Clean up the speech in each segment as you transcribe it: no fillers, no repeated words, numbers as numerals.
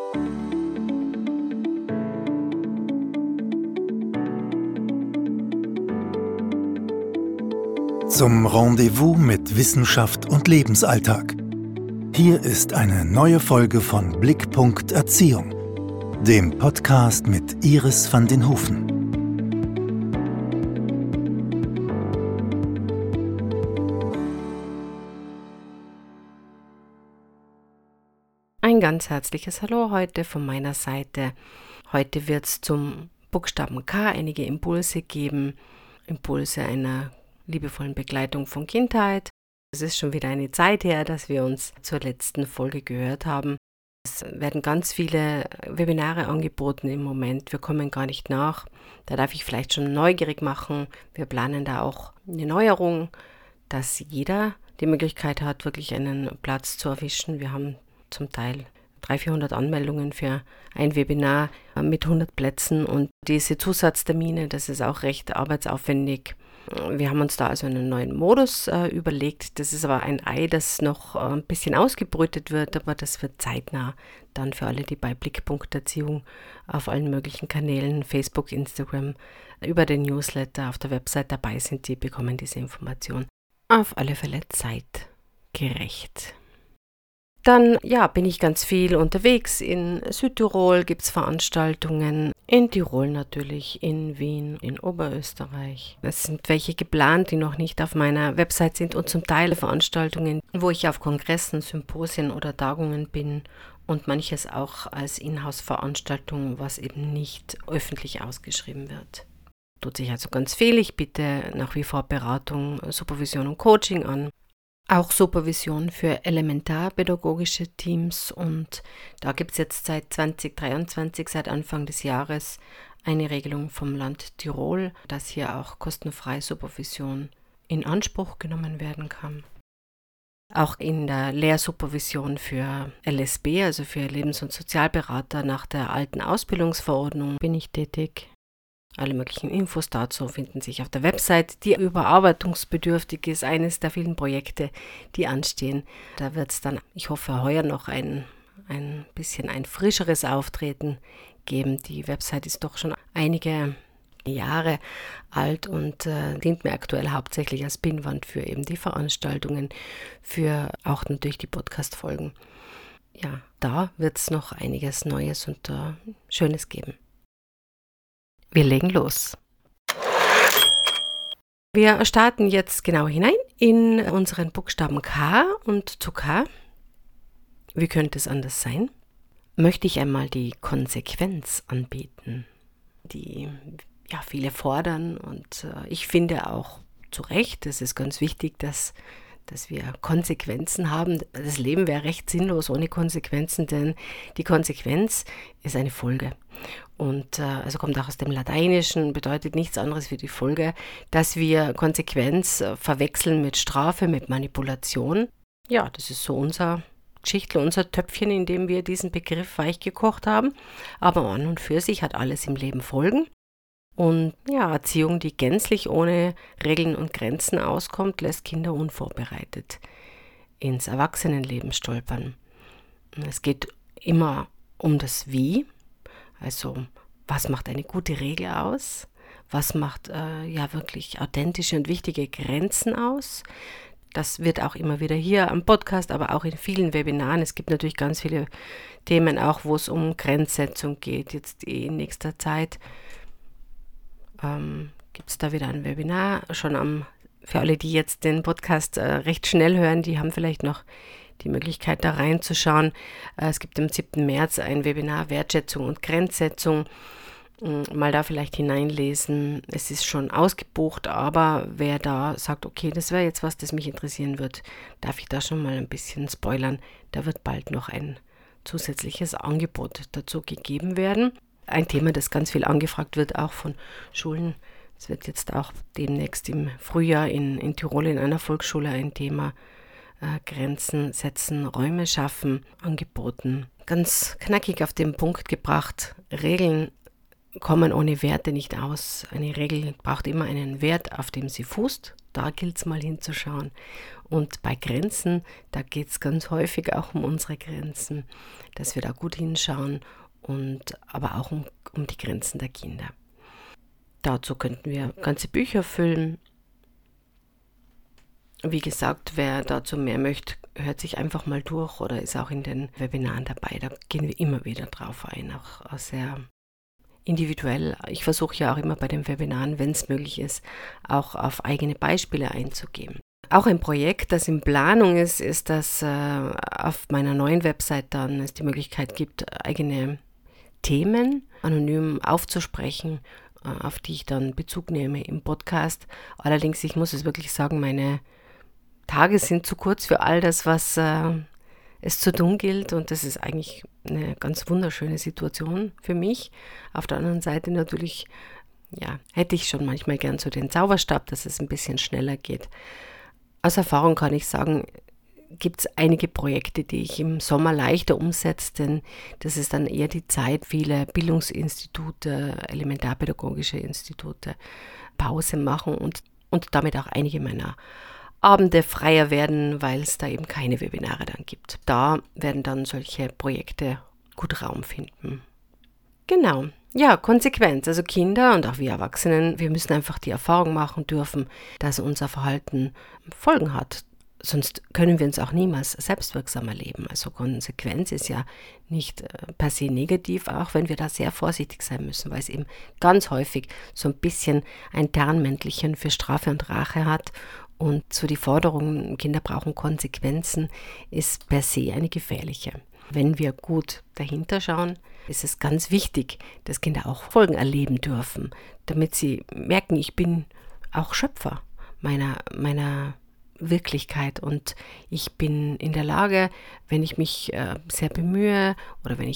Zum Rendezvous mit Wissenschaft und Lebensalltag. Hier ist eine neue Folge von Blickpunkt Erziehung, dem Podcast mit Iris van den Hoeven. Ein ganz herzliches Hallo heute von meiner Seite. Heute wird es zum Buchstaben K einige Impulse geben, Impulse einer liebevollen Begleitung von Kindheit. Es ist schon wieder eine Zeit her, dass wir uns zur letzten Folge gehört haben. Es werden ganz viele Webinare angeboten im Moment. Wir kommen gar nicht nach. Da darf ich vielleicht schon neugierig machen. Wir planen da auch eine Neuerung, dass jeder die Möglichkeit hat, wirklich einen Platz zu erwischen. Wir haben zum Teil 300-400 Anmeldungen für ein Webinar mit 100 Plätzen und diese Zusatztermine, das ist auch recht arbeitsaufwendig. Wir haben uns da also einen neuen Modus überlegt. Das ist aber ein Ei, das noch ein bisschen ausgebrütet wird, aber das wird zeitnah dann für alle, die bei Blickpunkt Erziehung auf allen möglichen Kanälen, Facebook, Instagram, über den Newsletter auf der Website dabei sind, die bekommen diese Information. Auf alle Fälle zeitgerecht. Dann bin ich ganz viel unterwegs. In Südtirol gibt es Veranstaltungen, in Tirol natürlich, in Wien, in Oberösterreich. Es sind welche geplant, die noch nicht auf meiner Website sind und zum Teil Veranstaltungen, wo ich auf Kongressen, Symposien oder Tagungen bin und manches auch als Inhouse-Veranstaltung, was eben nicht öffentlich ausgeschrieben wird. Tut sich also ganz viel. Ich biete nach wie vor Beratung, Supervision und Coaching an. Auch Supervision für elementarpädagogische Teams und da gibt es jetzt seit 2023, seit Anfang des Jahres, eine Regelung vom Land Tirol, dass hier auch kostenfreie Supervision in Anspruch genommen werden kann. Auch in der Lehrsupervision für LSB, also für Lebens- und Sozialberater nach der alten Ausbildungsverordnung bin ich tätig. Alle möglichen Infos dazu finden sich auf der Website, die überarbeitungsbedürftig ist, eines der vielen Projekte, die anstehen. Da wird es dann, ich hoffe, heuer noch ein bisschen ein frischeres Auftreten geben. Die Website ist doch schon einige Jahre alt und dient mir aktuell hauptsächlich als Pinnwand für eben die Veranstaltungen, für auch natürlich die Podcast-Folgen. Ja, da wird es noch einiges Neues und Schönes geben. Wir legen los. Wir starten jetzt genau hinein in unseren Buchstaben K und zu K, wie könnte es anders sein, möchte ich einmal die Konsequenz anbieten, die viele fordern und ich finde auch zu Recht, es ist ganz wichtig, dass wir Konsequenzen haben. Das Leben wäre recht sinnlos ohne Konsequenzen, denn die Konsequenz ist eine Folge. Und also kommt auch aus dem Lateinischen, bedeutet nichts anderes wie die Folge, dass wir Konsequenz verwechseln mit Strafe, mit Manipulation. Ja, das ist so unser Geschichtel, unser Töpfchen, in dem wir diesen Begriff weich gekocht haben. Aber an und für sich hat alles im Leben Folgen. Und Erziehung, die gänzlich ohne Regeln und Grenzen auskommt, lässt Kinder unvorbereitet ins Erwachsenenleben stolpern. Es geht immer um das Wie, also was macht eine gute Regel aus, was macht wirklich authentische und wichtige Grenzen aus. Das wird auch immer wieder hier am Podcast, aber auch in vielen Webinaren. Es gibt natürlich ganz viele Themen auch, wo es um Grenzsetzung geht, jetzt in nächster Zeit. Gibt es da wieder ein Webinar, für alle, die jetzt den Podcast recht schnell hören, die haben vielleicht noch die Möglichkeit da reinzuschauen. Es gibt am 7. März ein Webinar Wertschätzung und Grenzsetzung. Mal da vielleicht hineinlesen. Es ist schon ausgebucht, aber wer da sagt, okay, das wäre jetzt was, das mich interessieren wird, darf ich da schon mal ein bisschen spoilern. Da wird bald noch ein zusätzliches Angebot dazu gegeben werden. Ein Thema, das ganz viel angefragt wird, auch von Schulen. Es wird jetzt auch demnächst im Frühjahr in Tirol in einer Volksschule ein Thema Grenzen setzen, Räume schaffen, angeboten. Ganz knackig auf den Punkt gebracht. Regeln kommen ohne Werte nicht aus. Eine Regel braucht immer einen Wert, auf dem sie fußt. da gilt es mal hinzuschauen. Und bei Grenzen, da geht es ganz häufig auch um unsere Grenzen, dass wir da gut hinschauen und aber auch um die Grenzen der Kinder. Dazu könnten wir ganze Bücher füllen. Wie gesagt, wer dazu mehr möchte, hört sich einfach mal durch oder ist auch in den Webinaren dabei. Da gehen wir immer wieder drauf ein, auch sehr individuell. Ich versuche ja auch immer bei den Webinaren, wenn es möglich ist, auch auf eigene Beispiele einzugehen. Auch ein Projekt, das in Planung ist, dass auf meiner neuen Website dann es die Möglichkeit gibt, eigene Themen anonym aufzusprechen, auf die ich dann Bezug nehme im Podcast. Allerdings, ich muss es wirklich sagen, meine Tage sind zu kurz für all das, was es zu tun gilt, und das ist eigentlich eine ganz wunderschöne Situation für mich. Auf der anderen Seite natürlich, hätte ich schon manchmal gern so den Zauberstab, dass es ein bisschen schneller geht. Aus Erfahrung kann ich sagen, gibt es einige Projekte, die ich im Sommer leichter umsetze, denn das ist dann eher die Zeit, viele Bildungsinstitute, elementarpädagogische Institute Pause machen und damit auch einige meiner Abende freier werden, weil es da eben keine Webinare dann gibt. Da werden dann solche Projekte gut Raum finden. Genau. Ja, Konsequenz. Also Kinder und auch wir Erwachsenen, wir müssen einfach die Erfahrung machen dürfen, dass unser Verhalten Folgen hat. Sonst können wir uns auch niemals selbstwirksam erleben. Also Konsequenz ist ja nicht per se negativ, auch wenn wir da sehr vorsichtig sein müssen, weil es eben ganz häufig so ein bisschen ein Tarnmäntelchen für Strafe und Rache hat. Und so die Forderung, Kinder brauchen Konsequenzen, ist per se eine gefährliche. Wenn wir gut dahinter schauen, ist es ganz wichtig, dass Kinder auch Folgen erleben dürfen, damit sie merken, ich bin auch Schöpfer meiner Wirklichkeit und ich bin in der Lage, wenn ich mich sehr bemühe oder wenn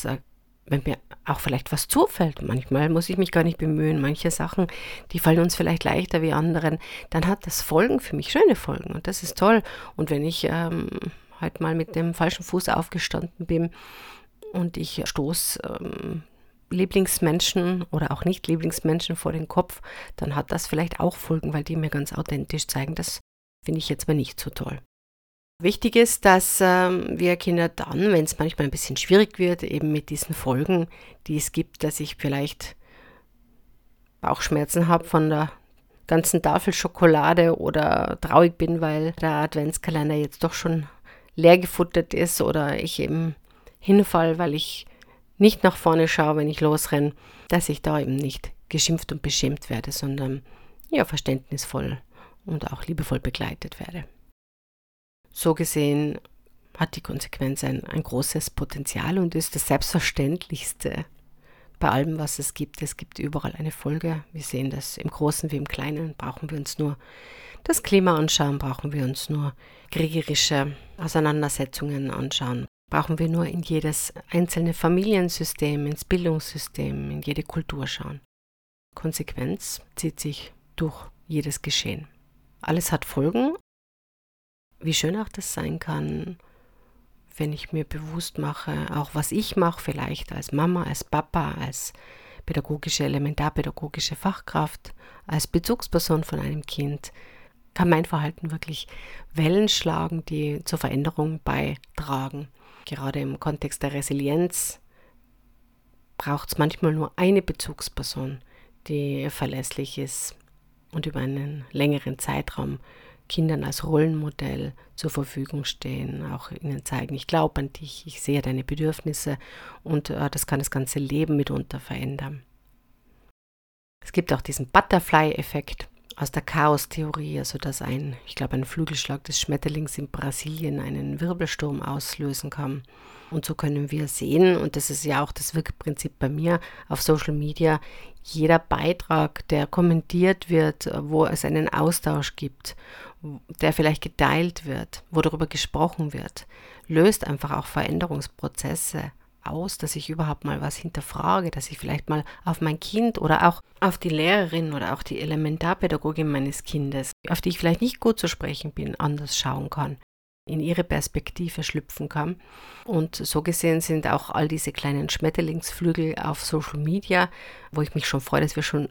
mir auch vielleicht was zufällt, manchmal muss ich mich gar nicht bemühen, manche Sachen, die fallen uns vielleicht leichter wie anderen, dann hat das Folgen für mich, schöne Folgen, und das ist toll. Und wenn ich heute mal mit dem falschen Fuß aufgestanden bin und ich stoße Lieblingsmenschen oder auch nicht Lieblingsmenschen vor den Kopf, dann hat das vielleicht auch Folgen, weil die mir ganz authentisch zeigen, das finde ich jetzt mal nicht so toll. Wichtig ist, dass wir Kinder dann, wenn es manchmal ein bisschen schwierig wird, eben mit diesen Folgen, die es gibt, dass ich vielleicht Bauchschmerzen habe von der ganzen Tafel Schokolade oder traurig bin, weil der Adventskalender jetzt doch schon leer gefuttert ist oder ich eben hinfall, weil ich nicht nach vorne schaue, wenn ich losrenne, dass ich da eben nicht geschimpft und beschämt werde, sondern verständnisvoll und auch liebevoll begleitet werde. So gesehen hat die Konsequenz ein großes Potenzial und ist das Selbstverständlichste bei allem, was es gibt. Es gibt überall eine Folge. Wir sehen das im Großen wie im Kleinen. Brauchen wir uns nur das Klima anschauen, brauchen wir uns nur kriegerische Auseinandersetzungen anschauen, brauchen wir nur in jedes einzelne Familiensystem, ins Bildungssystem, in jede Kultur schauen. Konsequenz zieht sich durch jedes Geschehen. Alles hat Folgen. Wie schön auch das sein kann, wenn ich mir bewusst mache, auch was ich mache, vielleicht als Mama, als Papa, als elementarpädagogische Fachkraft, als Bezugsperson von einem Kind, kann mein Verhalten wirklich Wellen schlagen, die zur Veränderung beitragen. Gerade im Kontext der Resilienz braucht es manchmal nur eine Bezugsperson, die verlässlich ist und über einen längeren Zeitraum Kindern als Rollenmodell zur Verfügung stehen, auch ihnen zeigen, ich glaube an dich, ich sehe deine Bedürfnisse und das kann das ganze Leben mitunter verändern. Es gibt auch diesen Butterfly-Effekt aus der Chaos-Theorie, also dass ein Flügelschlag des Schmetterlings in Brasilien einen Wirbelsturm auslösen kann. Und so können wir sehen, und das ist ja auch das Wirkprinzip bei mir auf Social Media, jeder Beitrag, der kommentiert wird, wo es einen Austausch gibt, der vielleicht geteilt wird, wo darüber gesprochen wird, löst einfach auch Veränderungsprozesse aus, dass ich überhaupt mal was hinterfrage, dass ich vielleicht mal auf mein Kind oder auch auf die Lehrerin oder auch die Elementarpädagogin meines Kindes, auf die ich vielleicht nicht gut zu sprechen bin, anders schauen kann, in ihre Perspektive schlüpfen kann. Und so gesehen sind auch all diese kleinen Schmetterlingsflügel auf Social Media, wo ich mich schon freue, dass wir schon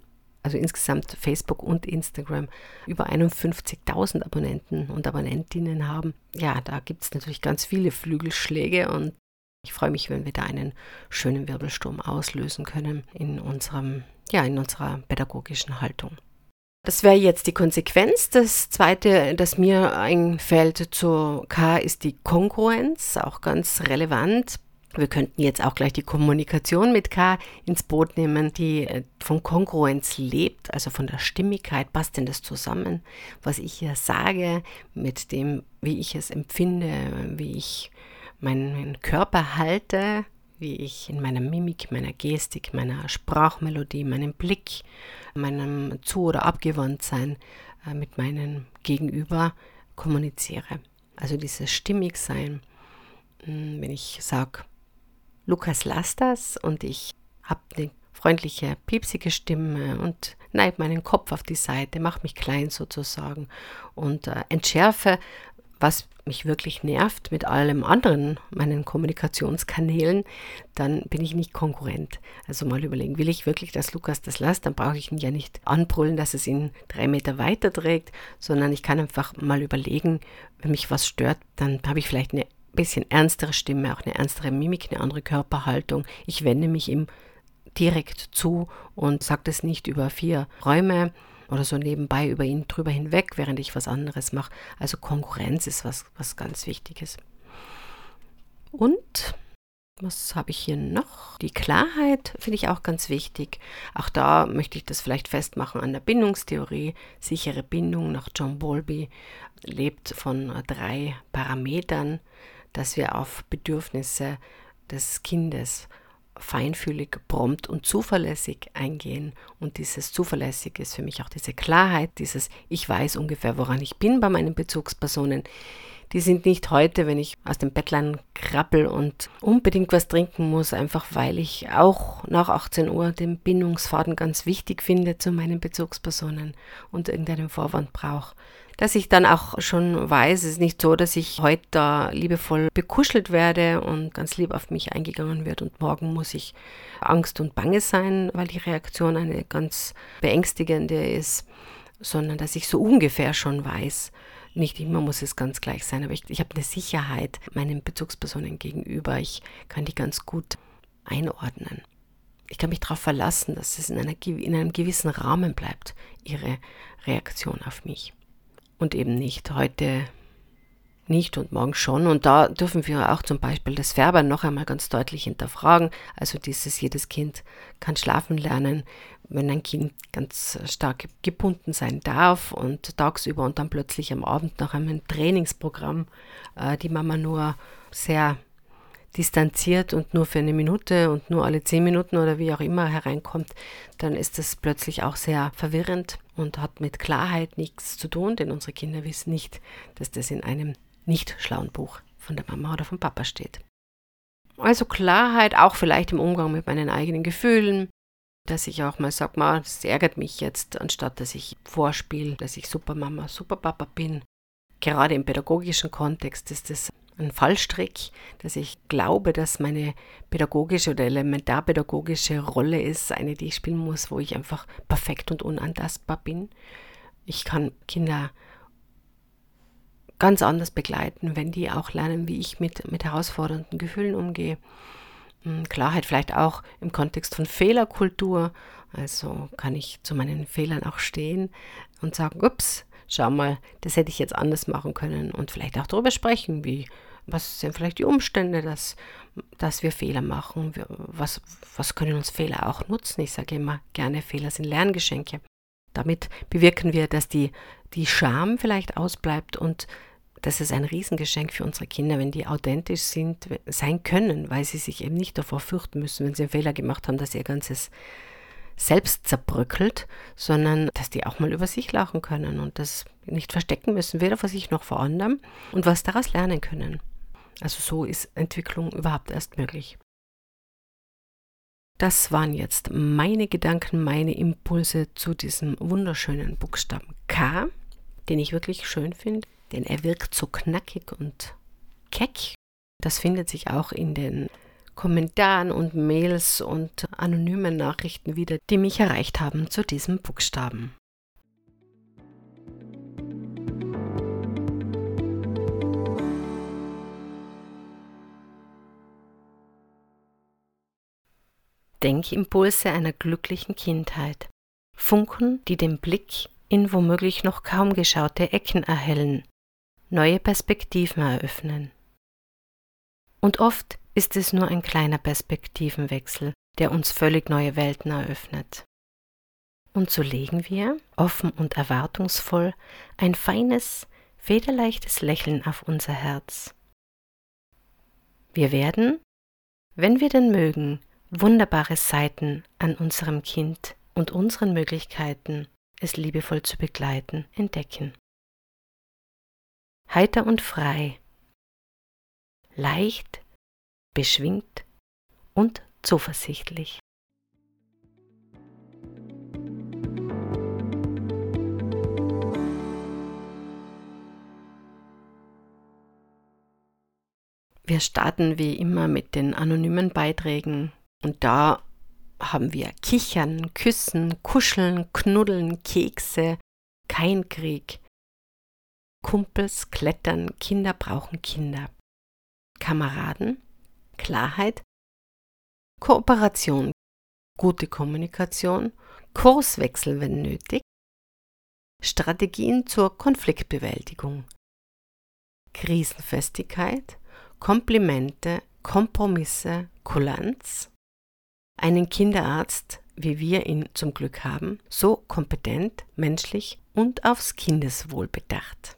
also insgesamt Facebook und Instagram, über 51.000 Abonnenten und Abonnentinnen haben. Ja, da gibt es natürlich ganz viele Flügelschläge und ich freue mich, wenn wir da einen schönen Wirbelsturm auslösen können in unserer pädagogischen Haltung. Das wäre jetzt die Konsequenz. Das Zweite, das mir einfällt zu K, ist die Kongruenz, auch ganz relevant. Wir könnten jetzt auch gleich die Kommunikation mit K ins Boot nehmen, die von Kongruenz lebt, also von der Stimmigkeit. Passt denn das zusammen, was ich hier sage, mit dem, wie ich es empfinde, wie ich meinen Körper halte, wie ich in meiner Mimik, meiner Gestik, meiner Sprachmelodie, meinem Blick, meinem Zu- oder Abgewandtsein mit meinem Gegenüber kommuniziere. Also dieses Stimmigsein, wenn ich sage, Lukas, lass das, und ich habe eine freundliche, piepsige Stimme und neige meinen Kopf auf die Seite, mache mich klein sozusagen und entschärfe, was mich wirklich nervt mit allem anderen, meinen Kommunikationskanälen, dann bin ich nicht konkurrent. Also mal überlegen, will ich wirklich, dass Lukas das lässt, dann brauche ich ihn ja nicht anbrüllen, dass es ihn 3 Meter weiter trägt, sondern ich kann einfach mal überlegen, wenn mich was stört, dann habe ich vielleicht eine bisschen ernstere Stimme, auch eine ernstere Mimik, eine andere Körperhaltung. Ich wende mich ihm direkt zu und sage das nicht über 4 Räume oder so nebenbei über ihn drüber hinweg, während ich was anderes mache. Also Konkurrenz ist was ganz Wichtiges. Und was habe ich hier noch? Die Klarheit finde ich auch ganz wichtig. Auch da möchte ich das vielleicht festmachen an der Bindungstheorie. Sichere Bindung nach John Bowlby lebt von 3 Parametern, dass wir auf Bedürfnisse des Kindes feinfühlig, prompt und zuverlässig eingehen. Und dieses Zuverlässig ist für mich auch diese Klarheit, dieses ich weiß ungefähr, woran ich bin bei meinen Bezugspersonen. Die sind nicht heute, wenn ich aus dem Bettlein krabbel und unbedingt was trinken muss, einfach weil ich auch nach 18 Uhr den Bindungsfaden ganz wichtig finde zu meinen Bezugspersonen und irgendeinen Vorwand brauche. Dass ich dann auch schon weiß, es ist nicht so, dass ich heute da liebevoll bekuschelt werde und ganz lieb auf mich eingegangen wird und morgen muss ich Angst und Bange sein, weil die Reaktion eine ganz beängstigende ist, sondern dass ich so ungefähr schon weiß. Nicht immer muss es ganz gleich sein, aber ich habe eine Sicherheit meinen Bezugspersonen gegenüber. Ich kann die ganz gut einordnen. Ich kann mich darauf verlassen, dass es in einem gewissen Rahmen bleibt, ihre Reaktion auf mich. Und eben nicht heute nicht und morgen schon. Und da dürfen wir auch zum Beispiel das Verben noch einmal ganz deutlich hinterfragen. Also jedes Kind kann schlafen lernen, wenn ein Kind ganz stark gebunden sein darf und tagsüber und dann plötzlich am Abend nach einem Trainingsprogramm die Mama nur sehr distanziert und nur für 1 Minute und nur alle 10 Minuten oder wie auch immer hereinkommt, dann ist das plötzlich auch sehr verwirrend und hat mit Klarheit nichts zu tun, denn unsere Kinder wissen nicht, dass das in einem nicht schlauen Buch von der Mama oder vom Papa steht. Also Klarheit auch vielleicht im Umgang mit meinen eigenen Gefühlen, dass ich auch mal sage, das ärgert mich jetzt, anstatt dass ich vorspiele, dass ich super Mama, super Papa bin. Gerade im pädagogischen Kontext ist das ein Fallstrick, dass ich glaube, dass meine pädagogische oder elementarpädagogische Rolle ist, eine, die ich spielen muss, wo ich einfach perfekt und unantastbar bin. Ich kann Kinder ganz anders begleiten, wenn die auch lernen, wie ich mit herausfordernden Gefühlen umgehe. Klarheit vielleicht auch im Kontext von Fehlerkultur. Also kann ich zu meinen Fehlern auch stehen und sagen, ups, schau mal, das hätte ich jetzt anders machen können und vielleicht auch darüber sprechen, was sind vielleicht die Umstände, dass wir Fehler machen, was können uns Fehler auch nutzen. Ich sage immer gerne, Fehler sind Lerngeschenke. Damit bewirken wir, dass die Scham vielleicht ausbleibt und das ist ein Riesengeschenk für unsere Kinder, wenn die authentisch sein können, weil sie sich eben nicht davor fürchten müssen, wenn sie einen Fehler gemacht haben, dass ihr ganzes Selbst zerbröckelt, sondern dass die auch mal über sich lachen können und das nicht verstecken müssen, weder vor sich noch vor anderen und was daraus lernen können. Also so ist Entwicklung überhaupt erst möglich. Das waren jetzt meine Gedanken, meine Impulse zu diesem wunderschönen Buchstaben K, den ich wirklich schön finde, denn er wirkt so knackig und keck. Das findet sich auch in den Kommentaren und Mails und anonymen Nachrichten wieder, die mich erreicht haben zu diesem Buchstaben. Denkimpulse einer glücklichen Kindheit. Funken, die den Blick in womöglich noch kaum geschaute Ecken erhellen, neue Perspektiven eröffnen. Und oft ist es nur ein kleiner Perspektivenwechsel, der uns völlig neue Welten eröffnet. Und so legen wir, offen und erwartungsvoll, ein feines, federleichtes Lächeln auf unser Herz. Wir werden, wenn wir denn mögen, wunderbare Seiten an unserem Kind und unseren Möglichkeiten, es liebevoll zu begleiten, entdecken. Heiter und frei, leicht, beschwingt und zuversichtlich. Wir starten wie immer mit den anonymen Beiträgen und da haben wir Kichern, Küssen, Kuscheln, Knuddeln, Kekse, kein Krieg, Kumpels, Klettern, Kinder brauchen Kinder, Kameraden, Klarheit, Kooperation, gute Kommunikation, Kurswechsel, wenn nötig, Strategien zur Konfliktbewältigung, Krisenfestigkeit, Komplimente, Kompromisse, Kulanz, einen Kinderarzt, wie wir ihn zum Glück haben, so kompetent, menschlich und aufs Kindeswohl bedacht.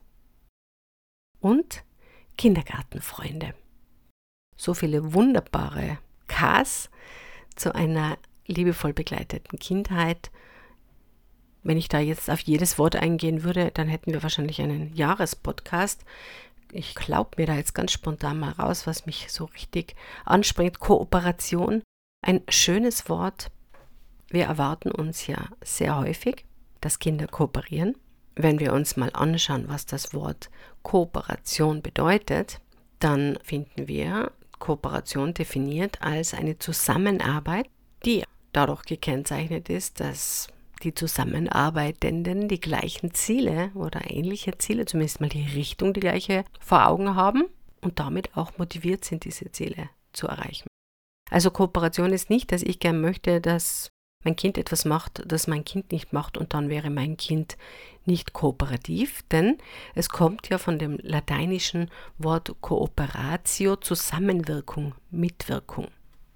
Und Kindergartenfreunde. So viele wunderbare Ks zu einer liebevoll begleiteten Kindheit. Wenn ich da jetzt auf jedes Wort eingehen würde, dann hätten wir wahrscheinlich einen Jahrespodcast. Ich glaube mir da jetzt ganz spontan mal raus, was mich so richtig anspringt. Kooperation, ein schönes Wort. Wir erwarten uns ja sehr häufig, dass Kinder kooperieren. Wenn wir uns mal anschauen, was das Wort Kooperation bedeutet, dann finden wir Kooperation definiert als eine Zusammenarbeit, die dadurch gekennzeichnet ist, dass die Zusammenarbeitenden die gleichen Ziele oder ähnliche Ziele, zumindest mal die Richtung die gleiche vor Augen haben und damit auch motiviert sind, diese Ziele zu erreichen. Also Kooperation ist nicht, dass ich gern möchte, dass mein Kind etwas macht, das mein Kind nicht macht und dann wäre mein Kind nicht kooperativ, denn es kommt ja von dem lateinischen Wort Cooperatio, Zusammenwirkung, Mitwirkung.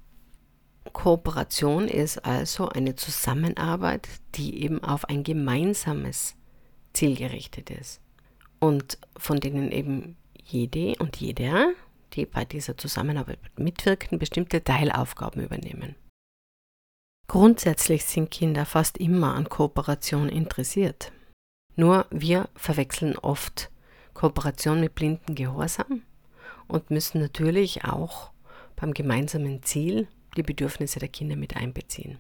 Kooperation ist also eine Zusammenarbeit, die eben auf ein gemeinsames Ziel gerichtet ist und von denen eben jede und jeder, die bei dieser Zusammenarbeit mitwirken, bestimmte Teilaufgaben übernehmen. Grundsätzlich sind Kinder fast immer an Kooperation interessiert. Nur wir verwechseln oft Kooperation mit blindem Gehorsam und müssen natürlich auch beim gemeinsamen Ziel die Bedürfnisse der Kinder mit einbeziehen.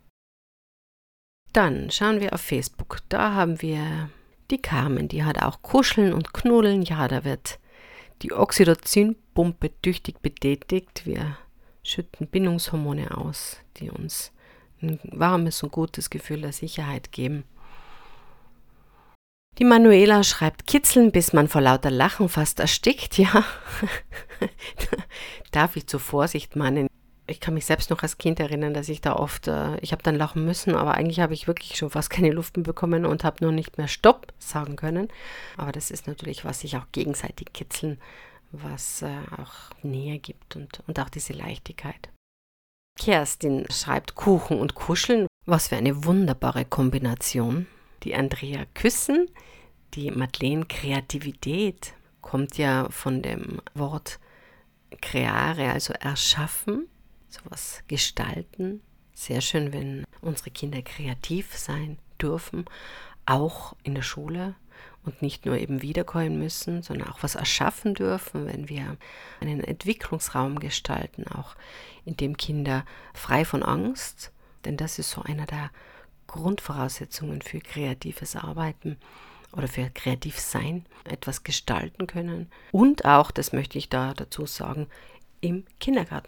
Dann schauen wir auf Facebook. Da haben wir die Carmen, die hat auch Kuscheln und Knuddeln. Ja, da wird die Oxytocinpumpe tüchtig betätigt. Wir schütten Bindungshormone aus, die uns ein warmes und gutes Gefühl der Sicherheit geben. Die Manuela schreibt Kitzeln, bis man vor lauter Lachen fast erstickt. Ja, darf ich zur Vorsicht mahnen. Ich kann mich selbst noch als Kind erinnern, dass ich da oft, ich habe dann lachen müssen, aber eigentlich habe ich wirklich schon fast keine Luft mehr bekommen und habe nur nicht mehr Stopp sagen können. Aber das ist natürlich, was sich auch gegenseitig kitzeln, was auch Nähe gibt und auch diese Leichtigkeit. Kerstin schreibt Kuchen und Kuscheln. Was für eine wunderbare Kombination. Die Andrea Küssen, die Madeleine Kreativität, kommt ja von dem Wort creare, also erschaffen, sowas gestalten. Sehr schön, wenn unsere Kinder kreativ sein dürfen, auch in der Schule und nicht nur eben wiederkäuen müssen, sondern auch was erschaffen dürfen, wenn wir einen Entwicklungsraum gestalten, auch in dem Kinder frei von Angst, denn das ist so einer der Grundvoraussetzungen für kreatives Arbeiten oder für kreativ sein, etwas gestalten können und auch, das möchte ich da dazu sagen, im Kindergarten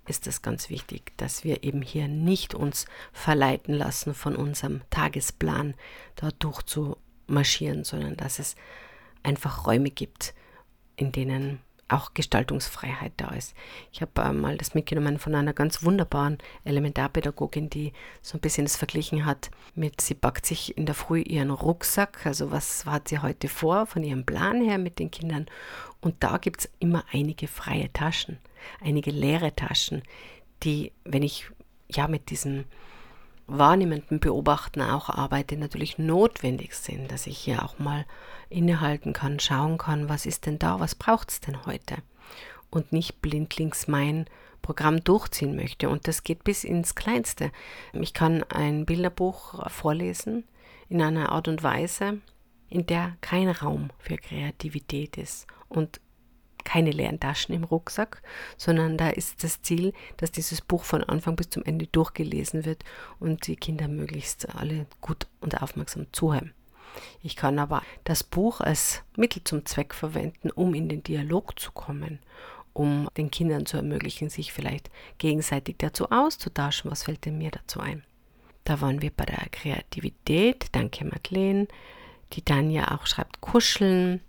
ist es ganz wichtig, dass wir eben hier nicht uns verleiten lassen von unserem Tagesplan, da durchzumarschieren, sondern dass es einfach Räume gibt, in denen auch Gestaltungsfreiheit da ist. Ich habe mal das mitgenommen von einer ganz wunderbaren Elementarpädagogin, die so ein bisschen das verglichen hat mit, sie packt sich in der Früh ihren Rucksack, also was hat sie heute vor, von ihrem Plan her mit den Kindern, und da gibt es immer einige freie Taschen, einige leere Taschen, die, wenn ich ja mit diesem wahrnehmenden Beobachten auch arbeite, natürlich notwendig sind, dass ich hier auch mal innehalten kann, schauen kann, was ist denn da, was braucht es denn heute, und nicht blindlings mein Programm durchziehen möchte, und das geht bis ins Kleinste. Ich kann ein Bilderbuch vorlesen in einer Art und Weise, in der kein Raum für Kreativität ist und keine leeren Taschen im Rucksack, sondern da ist das Ziel, dass dieses Buch von Anfang bis zum Ende durchgelesen wird und die Kinder möglichst alle gut und aufmerksam zuhören. Ich kann aber das Buch als Mittel zum Zweck verwenden, um in den Dialog zu kommen, um den Kindern zu ermöglichen, sich vielleicht gegenseitig dazu auszutauschen. Was fällt denn mir dazu ein? Da waren wir bei der Kreativität. Danke, Madeleine. Die Tanja auch schreibt Kuscheln.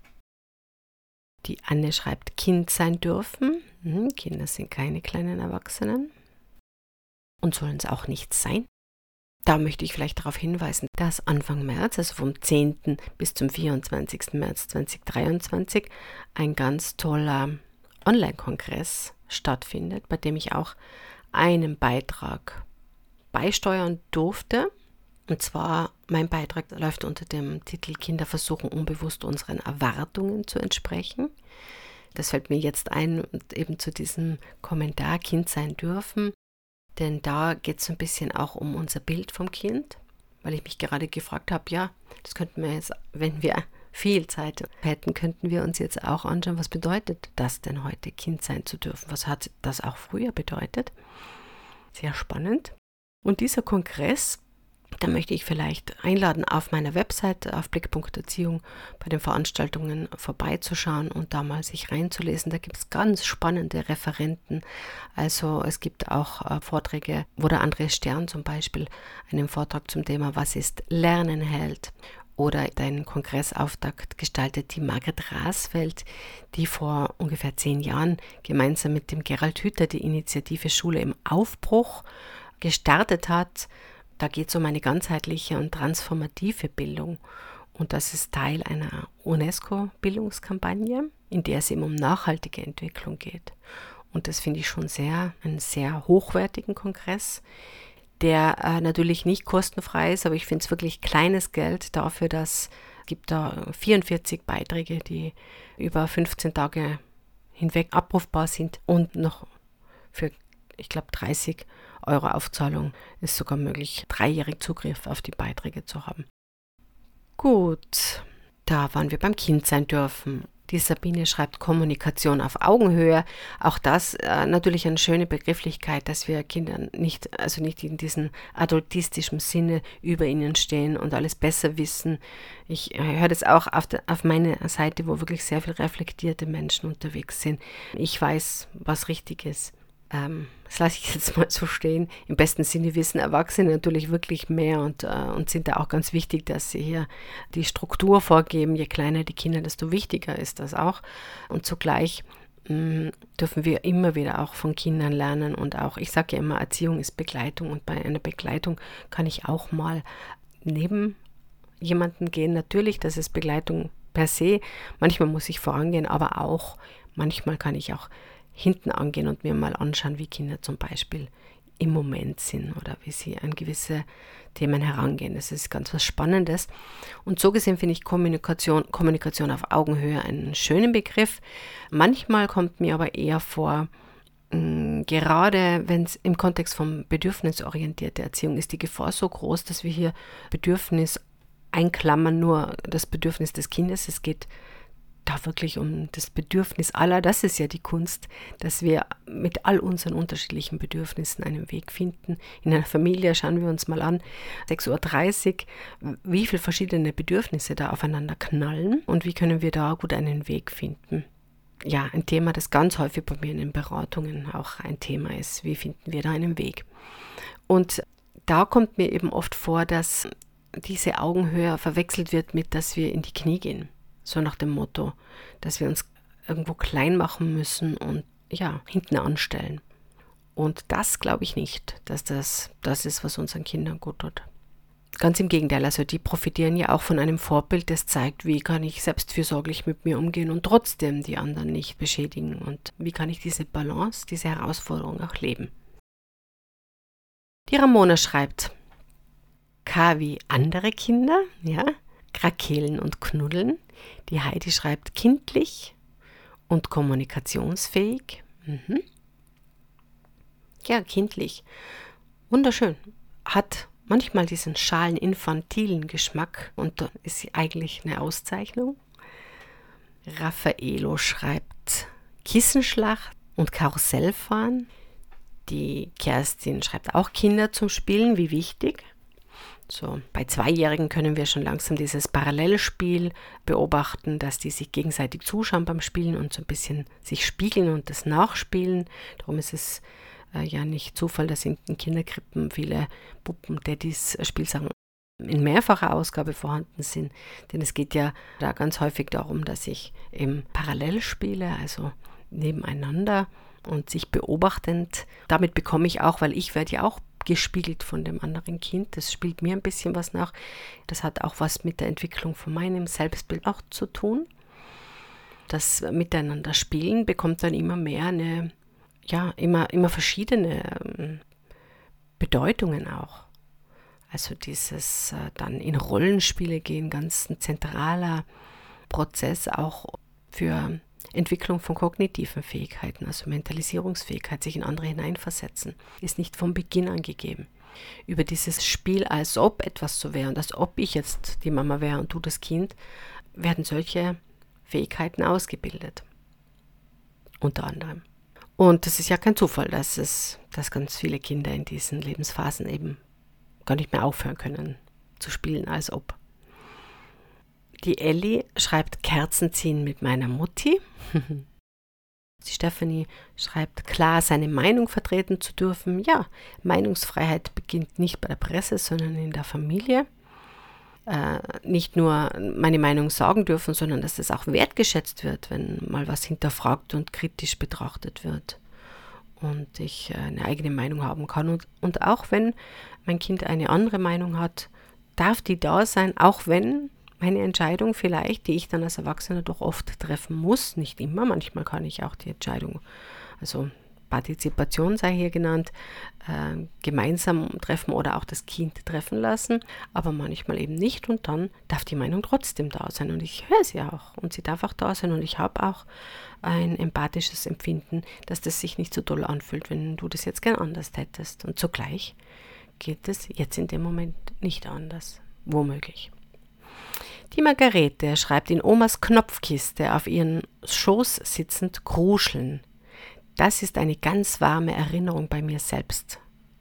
Die Anne schreibt Kind sein dürfen. Kinder sind keine kleinen Erwachsenen und sollen es auch nicht sein. Da möchte ich vielleicht darauf hinweisen, dass Anfang März, also vom 10. bis zum 24. März 2023, ein ganz toller Online-Kongress stattfindet, bei dem ich auch einen Beitrag beisteuern durfte. Und zwar, mein Beitrag läuft unter dem Titel Kinder versuchen unbewusst unseren Erwartungen zu entsprechen. Das fällt mir jetzt ein, und eben zu diesem Kommentar Kind sein dürfen, denn da geht es so ein bisschen auch um unser Bild vom Kind, weil ich mich gerade gefragt habe, ja, das könnten wir jetzt, wenn wir viel Zeit hätten, könnten wir uns jetzt auch anschauen, was bedeutet das denn heute, Kind sein zu dürfen? Was hat das auch früher bedeutet? Sehr spannend. Und dieser Kongress, da möchte ich vielleicht einladen, auf meiner Website, auf blick.erziehung, bei den Veranstaltungen vorbeizuschauen und da mal sich reinzulesen. Da gibt es ganz spannende Referenten. Also es gibt auch Vorträge, wo der Andreas Stern zum Beispiel einen Vortrag zum Thema Was ist Lernen hält. Oder den Kongressauftakt gestaltet die Margret Rasfeld, die vor ungefähr 10 Jahren gemeinsam mit dem Gerald Hüther die Initiative Schule im Aufbruch gestartet hat. Da geht es um eine ganzheitliche und transformative Bildung. Und das ist Teil einer UNESCO-Bildungskampagne, in der es eben um nachhaltige Entwicklung geht. Und das finde ich schon einen sehr hochwertigen Kongress, der natürlich nicht kostenfrei ist, aber ich finde es wirklich kleines Geld dafür, dass es gibt da 44 Beiträge, die über 15 Tage hinweg abrufbar sind, und noch für, ich glaube, 30 € Aufzahlung ist sogar möglich, 3-jährigen Zugriff auf die Beiträge zu haben. Gut, da waren wir beim Kind sein dürfen. Die Sabine schreibt Kommunikation auf Augenhöhe. Auch das natürlich eine schöne Begrifflichkeit, dass wir Kindern nicht in diesem adultistischen Sinne über ihnen stehen und alles besser wissen. Ich höre das auch auf meiner Seite, wo wirklich sehr viel reflektierte Menschen unterwegs sind. Ich weiß, was richtig ist. Das lasse ich jetzt mal so stehen. Im besten Sinne wissen Erwachsene natürlich wirklich mehr und sind da auch ganz wichtig, dass sie hier die Struktur vorgeben. Je kleiner die Kinder, desto wichtiger ist das auch. Und zugleich dürfen wir immer wieder auch von Kindern lernen, und auch, ich sage ja immer, Erziehung ist Begleitung, und bei einer Begleitung kann ich auch mal neben jemanden gehen. Natürlich, das ist Begleitung per se. Manchmal muss ich vorangehen, aber auch manchmal kann ich auch hinten angehen und mir mal anschauen, wie Kinder zum Beispiel im Moment sind oder wie sie an gewisse Themen herangehen. Das ist ganz was Spannendes. Und so gesehen finde ich Kommunikation auf Augenhöhe einen schönen Begriff. Manchmal kommt mir aber eher vor, gerade wenn es im Kontext von bedürfnisorientierter Erziehung ist, die Gefahr so groß, dass wir hier Bedürfnis einklammern, nur das Bedürfnis des Kindes. Es geht da wirklich um das Bedürfnis aller. Das ist ja die Kunst, dass wir mit all unseren unterschiedlichen Bedürfnissen einen Weg finden. In einer Familie, schauen wir uns mal an, 6:30 Uhr, wie viele verschiedene Bedürfnisse da aufeinander knallen und wie können wir da gut einen Weg finden. ja, ein Thema, das ganz häufig bei mir in den Beratungen auch ein Thema ist. Wie finden wir da einen Weg? Und da kommt mir eben oft vor, dass diese Augenhöhe verwechselt wird mit, dass wir in die Knie gehen. So nach dem Motto, dass wir uns irgendwo klein machen müssen und ja, hinten anstellen. Und das glaube ich nicht, dass das ist, was unseren Kindern gut tut. Ganz im Gegenteil, also die profitieren ja auch von einem Vorbild, das zeigt, wie kann ich selbstfürsorglich mit mir umgehen und trotzdem die anderen nicht beschädigen und wie kann ich diese Balance, diese Herausforderung auch leben. Die Ramona schreibt, K wie andere Kinder, ja, krakeelen und knuddeln. Die Heidi schreibt kindlich und kommunikationsfähig. Ja, kindlich. Wunderschön. Hat manchmal diesen schalen, infantilen Geschmack und da ist sie eigentlich eine Auszeichnung. Raffaello schreibt Kissenschlacht und Karussellfahren. Die Kerstin schreibt auch Kinder zum Spielen, wie wichtig. So, bei 2-Jährigen können wir schon langsam dieses Parallelspiel beobachten, dass die sich gegenseitig zuschauen beim Spielen und so ein bisschen sich spiegeln und das nachspielen. Darum ist es ja nicht Zufall, dass in den Kinderkrippen viele Puppen-Daddys Spielsachen in mehrfacher Ausgabe vorhanden sind. Denn es geht ja da ganz häufig darum, dass ich eben parallel spiele, also nebeneinander und sich beobachtend. Damit bekomme ich auch, weil ich werde ja auch gespiegelt von dem anderen Kind. Das spielt mir ein bisschen was nach. Das hat auch was mit der Entwicklung von meinem Selbstbild auch zu tun. Das Miteinander spielen bekommt dann immer mehr immer verschiedene Bedeutungen auch. Also dieses dann in Rollenspiele gehen, ganz ein zentraler Prozess auch für Entwicklung von kognitiven Fähigkeiten, also Mentalisierungsfähigkeit, sich in andere hineinversetzen, ist nicht von Beginn an gegeben. Über dieses Spiel, als ob etwas so wäre und als ob ich jetzt die Mama wäre und du das Kind, werden solche Fähigkeiten ausgebildet. Unter anderem. Und das ist ja kein Zufall, dass ganz viele Kinder in diesen Lebensphasen eben gar nicht mehr aufhören können zu spielen, als ob. Die Elli schreibt Kerzen ziehen mit meiner Mutti. Die Stephanie schreibt, klar seine Meinung vertreten zu dürfen. Ja, Meinungsfreiheit beginnt nicht bei der Presse, sondern in der Familie. Nicht nur meine Meinung sagen dürfen, sondern dass es auch wertgeschätzt wird, wenn mal was hinterfragt und kritisch betrachtet wird und ich eine eigene Meinung haben kann. Und auch wenn mein Kind eine andere Meinung hat, darf die da sein, auch wenn meine Entscheidung vielleicht, die ich dann als Erwachsener doch oft treffen muss, nicht immer, manchmal kann ich auch die Entscheidung, also Partizipation sei hier genannt, gemeinsam treffen oder auch das Kind treffen lassen, aber manchmal eben nicht und dann darf die Meinung trotzdem da sein und ich höre sie auch und sie darf auch da sein und ich habe auch ein empathisches Empfinden, dass das sich nicht so doll anfühlt, wenn du das jetzt gern anders hättest und zugleich geht es jetzt in dem Moment nicht anders, womöglich. Die Margarete schreibt in Omas Knopfkiste auf ihren Schoß sitzend kruscheln. Das ist eine ganz warme Erinnerung bei mir selbst.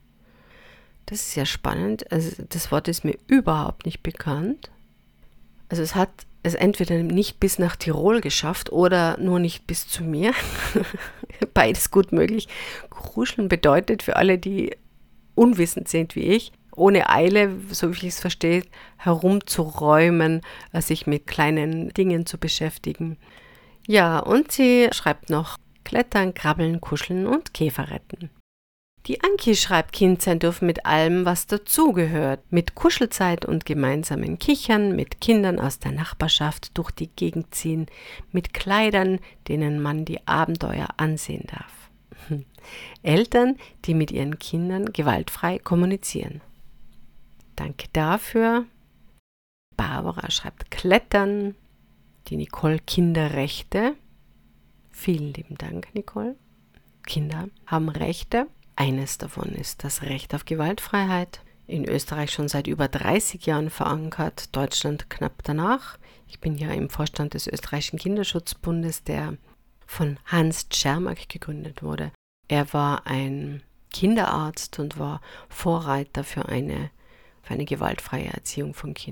Das ist ja spannend. Also das Wort ist mir überhaupt nicht bekannt. Also es hat es entweder nicht bis nach Tirol geschafft oder nur nicht bis zu mir. Beides gut möglich. Kruscheln bedeutet für alle, die unwissend sind wie ich, ohne Eile, so wie ich es verstehe, herumzuräumen, sich mit kleinen Dingen zu beschäftigen. Ja, und sie schreibt noch Klettern, Krabbeln, Kuscheln und Käfer retten. Die Anki schreibt, Kind sein dürfen mit allem, was dazugehört. Mit Kuschelzeit und gemeinsamen Kichern, mit Kindern aus der Nachbarschaft durch die Gegend ziehen, mit Kleidern, denen man die Abenteuer ansehen darf. Eltern, die mit ihren Kindern gewaltfrei kommunizieren. Danke dafür. Barbara schreibt Klettern. Die Nicole Kinderrechte. Vielen lieben Dank, Nicole. Kinder haben Rechte. Eines davon ist das Recht auf Gewaltfreiheit. In Österreich schon seit über 30 Jahren verankert, Deutschland knapp danach. Ich bin ja im Vorstand des Österreichischen Kinderschutzbundes, der von Hans Tschermak gegründet wurde. Er war ein Kinderarzt und war Vorreiter für eine gewaltfreie Erziehung von Kindern.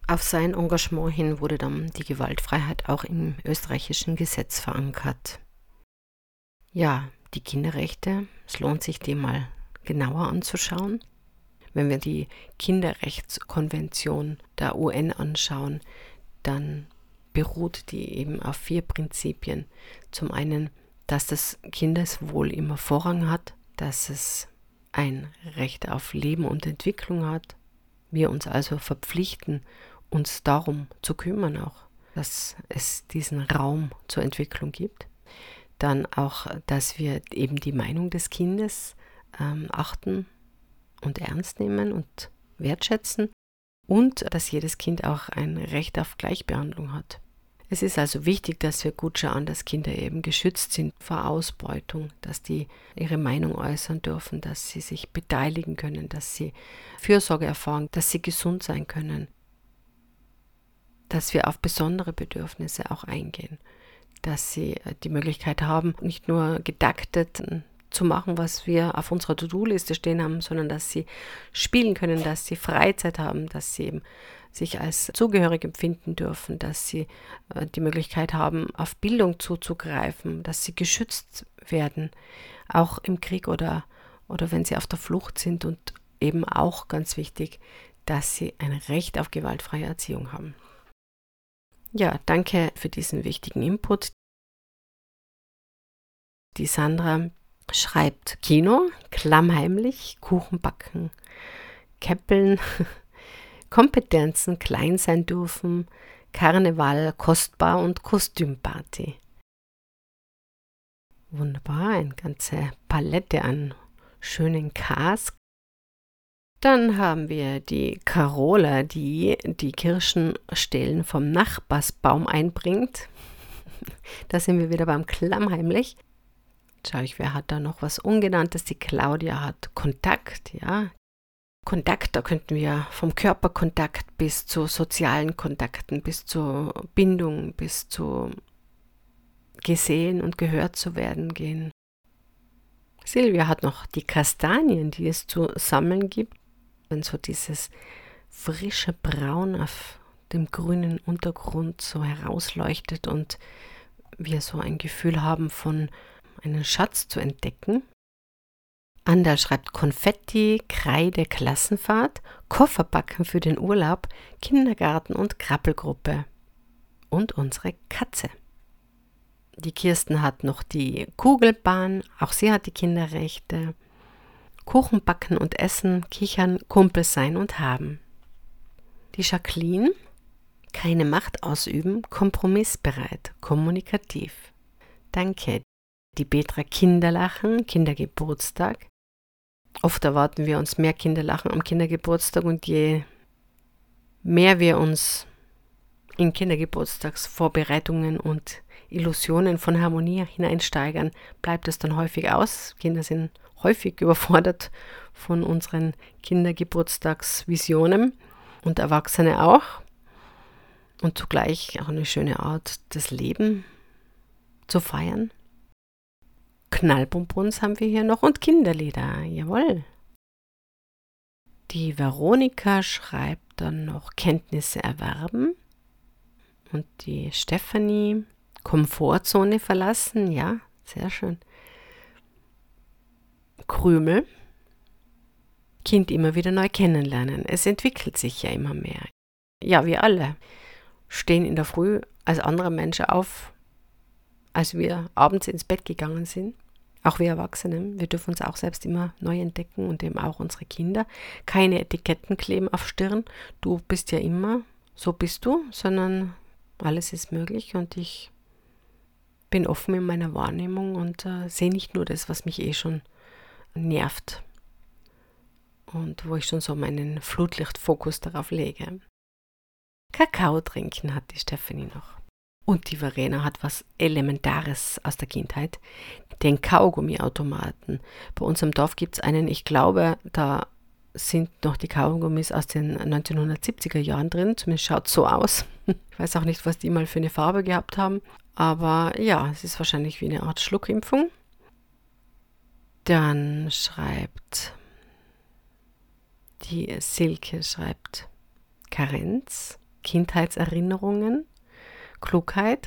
Auf sein Engagement hin wurde dann die Gewaltfreiheit auch im österreichischen Gesetz verankert. Ja, die Kinderrechte, es lohnt sich, die mal genauer anzuschauen. Wenn wir die Kinderrechtskonvention der UN anschauen, dann beruht die eben auf 4 Prinzipien. Zum einen, dass das Kindeswohl immer Vorrang hat, dass es ein Recht auf Leben und Entwicklung hat. Wir uns also verpflichten, uns darum zu kümmern auch, dass es diesen Raum zur Entwicklung gibt. Dann auch, dass wir eben die Meinung des Kindes achten und ernst nehmen und wertschätzen und dass jedes Kind auch ein Recht auf Gleichbehandlung hat. Es ist also wichtig, dass wir gut schauen, dass Kinder eben geschützt sind vor Ausbeutung, dass die ihre Meinung äußern dürfen, dass sie sich beteiligen können, dass sie Fürsorge erfahren, dass sie gesund sein können, dass wir auf besondere Bedürfnisse auch eingehen, dass sie die Möglichkeit haben, nicht nur getaktet zu machen, was wir auf unserer To-Do-Liste stehen haben, sondern dass sie spielen können, dass sie Freizeit haben, dass sie eben sich als zugehörig empfinden dürfen, dass sie die Möglichkeit haben, auf Bildung zuzugreifen, dass sie geschützt werden, auch im Krieg oder wenn sie auf der Flucht sind und eben auch ganz wichtig, dass sie ein Recht auf gewaltfreie Erziehung haben. Ja, danke für diesen wichtigen Input. Die Sandra schreibt Kino, klammheimlich, Kuchen backen, Käppeln, Kompetenzen, klein sein dürfen, Karneval, kostbar und Kostümparty. Wunderbar, eine ganze Palette an schönen Ks. Dann haben wir die Carola, die die Kirschenstellen vom Nachbarsbaum einbringt. Da sind wir wieder beim Klammheimlich. Schau ich, wer hat da noch was Ungenanntes? Die Claudia hat Kontakt, ja. Kontakt, da könnten wir vom Körperkontakt bis zu sozialen Kontakten, bis zur Bindung, bis zu gesehen und gehört zu werden gehen. Silvia hat noch die Kastanien, die es zu sammeln gibt. Wenn so dieses frische Braun auf dem grünen Untergrund so herausleuchtet und wir so ein Gefühl haben von einen Schatz zu entdecken. Anda schreibt Konfetti, Kreide, Klassenfahrt, Kofferbacken für den Urlaub, Kindergarten und Krabbelgruppe. Und unsere Katze. Die Kirsten hat noch die Kugelbahn, auch sie hat die Kinderrechte. Kuchen backen und essen, kichern, Kumpel sein und haben. Die Jacqueline, keine Macht ausüben, kompromissbereit, kommunikativ. Danke. Die Petra, Kinderlachen, Kindergeburtstag. Oft erwarten wir uns mehr Kinderlachen am Kindergeburtstag und je mehr wir uns in Kindergeburtstagsvorbereitungen und Illusionen von Harmonie hineinsteigern, bleibt es dann häufig aus. Kinder sind häufig überfordert von unseren Kindergeburtstagsvisionen und Erwachsene auch. Und zugleich auch eine schöne Art, das Leben zu feiern. Knallbonbons haben wir hier noch und Kinderlieder, jawohl. Die Veronika schreibt dann noch Kenntnisse erwerben und die Stefanie Komfortzone verlassen, ja, sehr schön. Krümel, Kind immer wieder neu kennenlernen, es entwickelt sich ja immer mehr. Ja, wir alle stehen in der Früh als andere Menschen auf, als wir abends ins Bett gegangen sind. Auch wir Erwachsenen, wir dürfen uns auch selbst immer neu entdecken und eben auch unsere Kinder. Keine Etiketten kleben auf Stirn, du bist ja immer, so bist du, sondern alles ist möglich und ich bin offen in meiner Wahrnehmung und sehe nicht nur das, was mich schon nervt und wo ich schon so meinen Flutlichtfokus darauf lege. Kakao trinken hat die Stefanie noch. Und die Verena hat was Elementares aus der Kindheit, den Kaugummiautomaten. Bei uns im Dorf gibt es einen, ich glaube, da sind noch die Kaugummis aus den 1970er Jahren drin, zumindest schaut es so aus. Ich weiß auch nicht, was die mal für eine Farbe gehabt haben, aber ja, es ist wahrscheinlich wie eine Art Schluckimpfung. Dann schreibt die Silke, Karenz. Kindheitserinnerungen, Klugheit,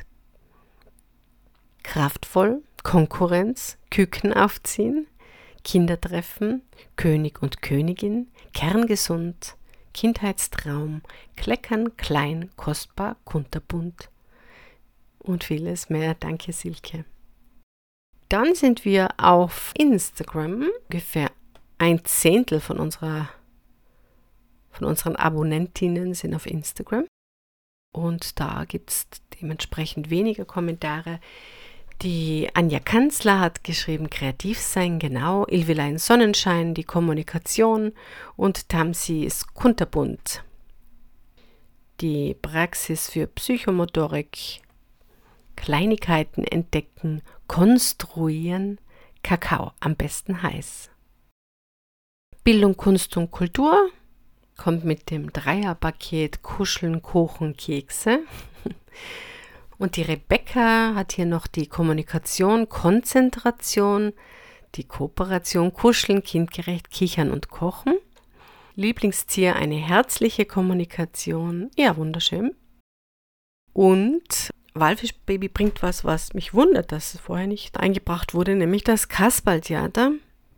kraftvoll, Konkurrenz, Küken aufziehen, Kindertreffen, König und Königin, kerngesund, Kindheitstraum, kleckern, klein, kostbar, kunterbunt und vieles mehr. Danke, Silke. Dann sind wir auf Instagram. Ungefähr 1/10 von unseren Abonnentinnen sind auf Instagram. Und da gibt es dementsprechend weniger Kommentare. Die Anja Kanzler hat geschrieben, kreativ sein, genau. Ilvilein Sonnenschein, die Kommunikation. Und Tamsi ist kunterbunt. Die Praxis für Psychomotorik, Kleinigkeiten entdecken, konstruieren, Kakao, am besten heiß. Bildung, Kunst und Kultur kommt mit dem Dreierpaket Kuscheln, Kuchen, Kekse. Und die Rebecca hat hier noch die Kommunikation, Konzentration, die Kooperation, Kuscheln, kindgerecht, Kichern und Kochen. Lieblingstier, eine herzliche Kommunikation. Ja, wunderschön. Und Walfischbaby bringt was mich wundert, dass es vorher nicht eingebracht wurde, nämlich das Kasperltheater.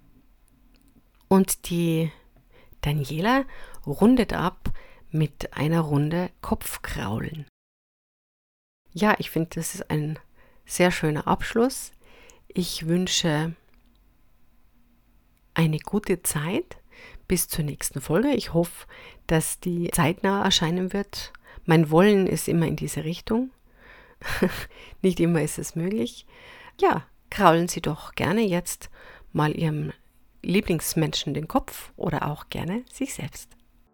Und die Daniela rundet ab mit einer Runde Kopfkraulen. Ja, ich finde, das ist ein sehr schöner Abschluss. Ich wünsche eine gute Zeit bis zur nächsten Folge. Ich hoffe, dass die zeitnah erscheinen wird. Mein Wollen ist immer in diese Richtung. Nicht immer ist es möglich. Ja, kraulen Sie doch gerne jetzt mal Ihrem Lieblingsmenschen den Kopf oder auch gerne sich selbst.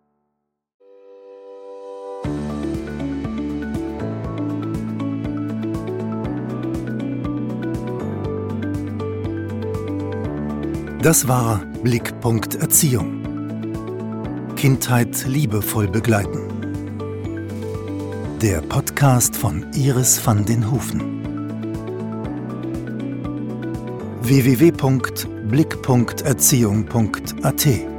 Das war Blickpunkt Erziehung. Kindheit liebevoll begleiten. Der Podcast von Iris van den Hoeven. www.blick.erziehung.at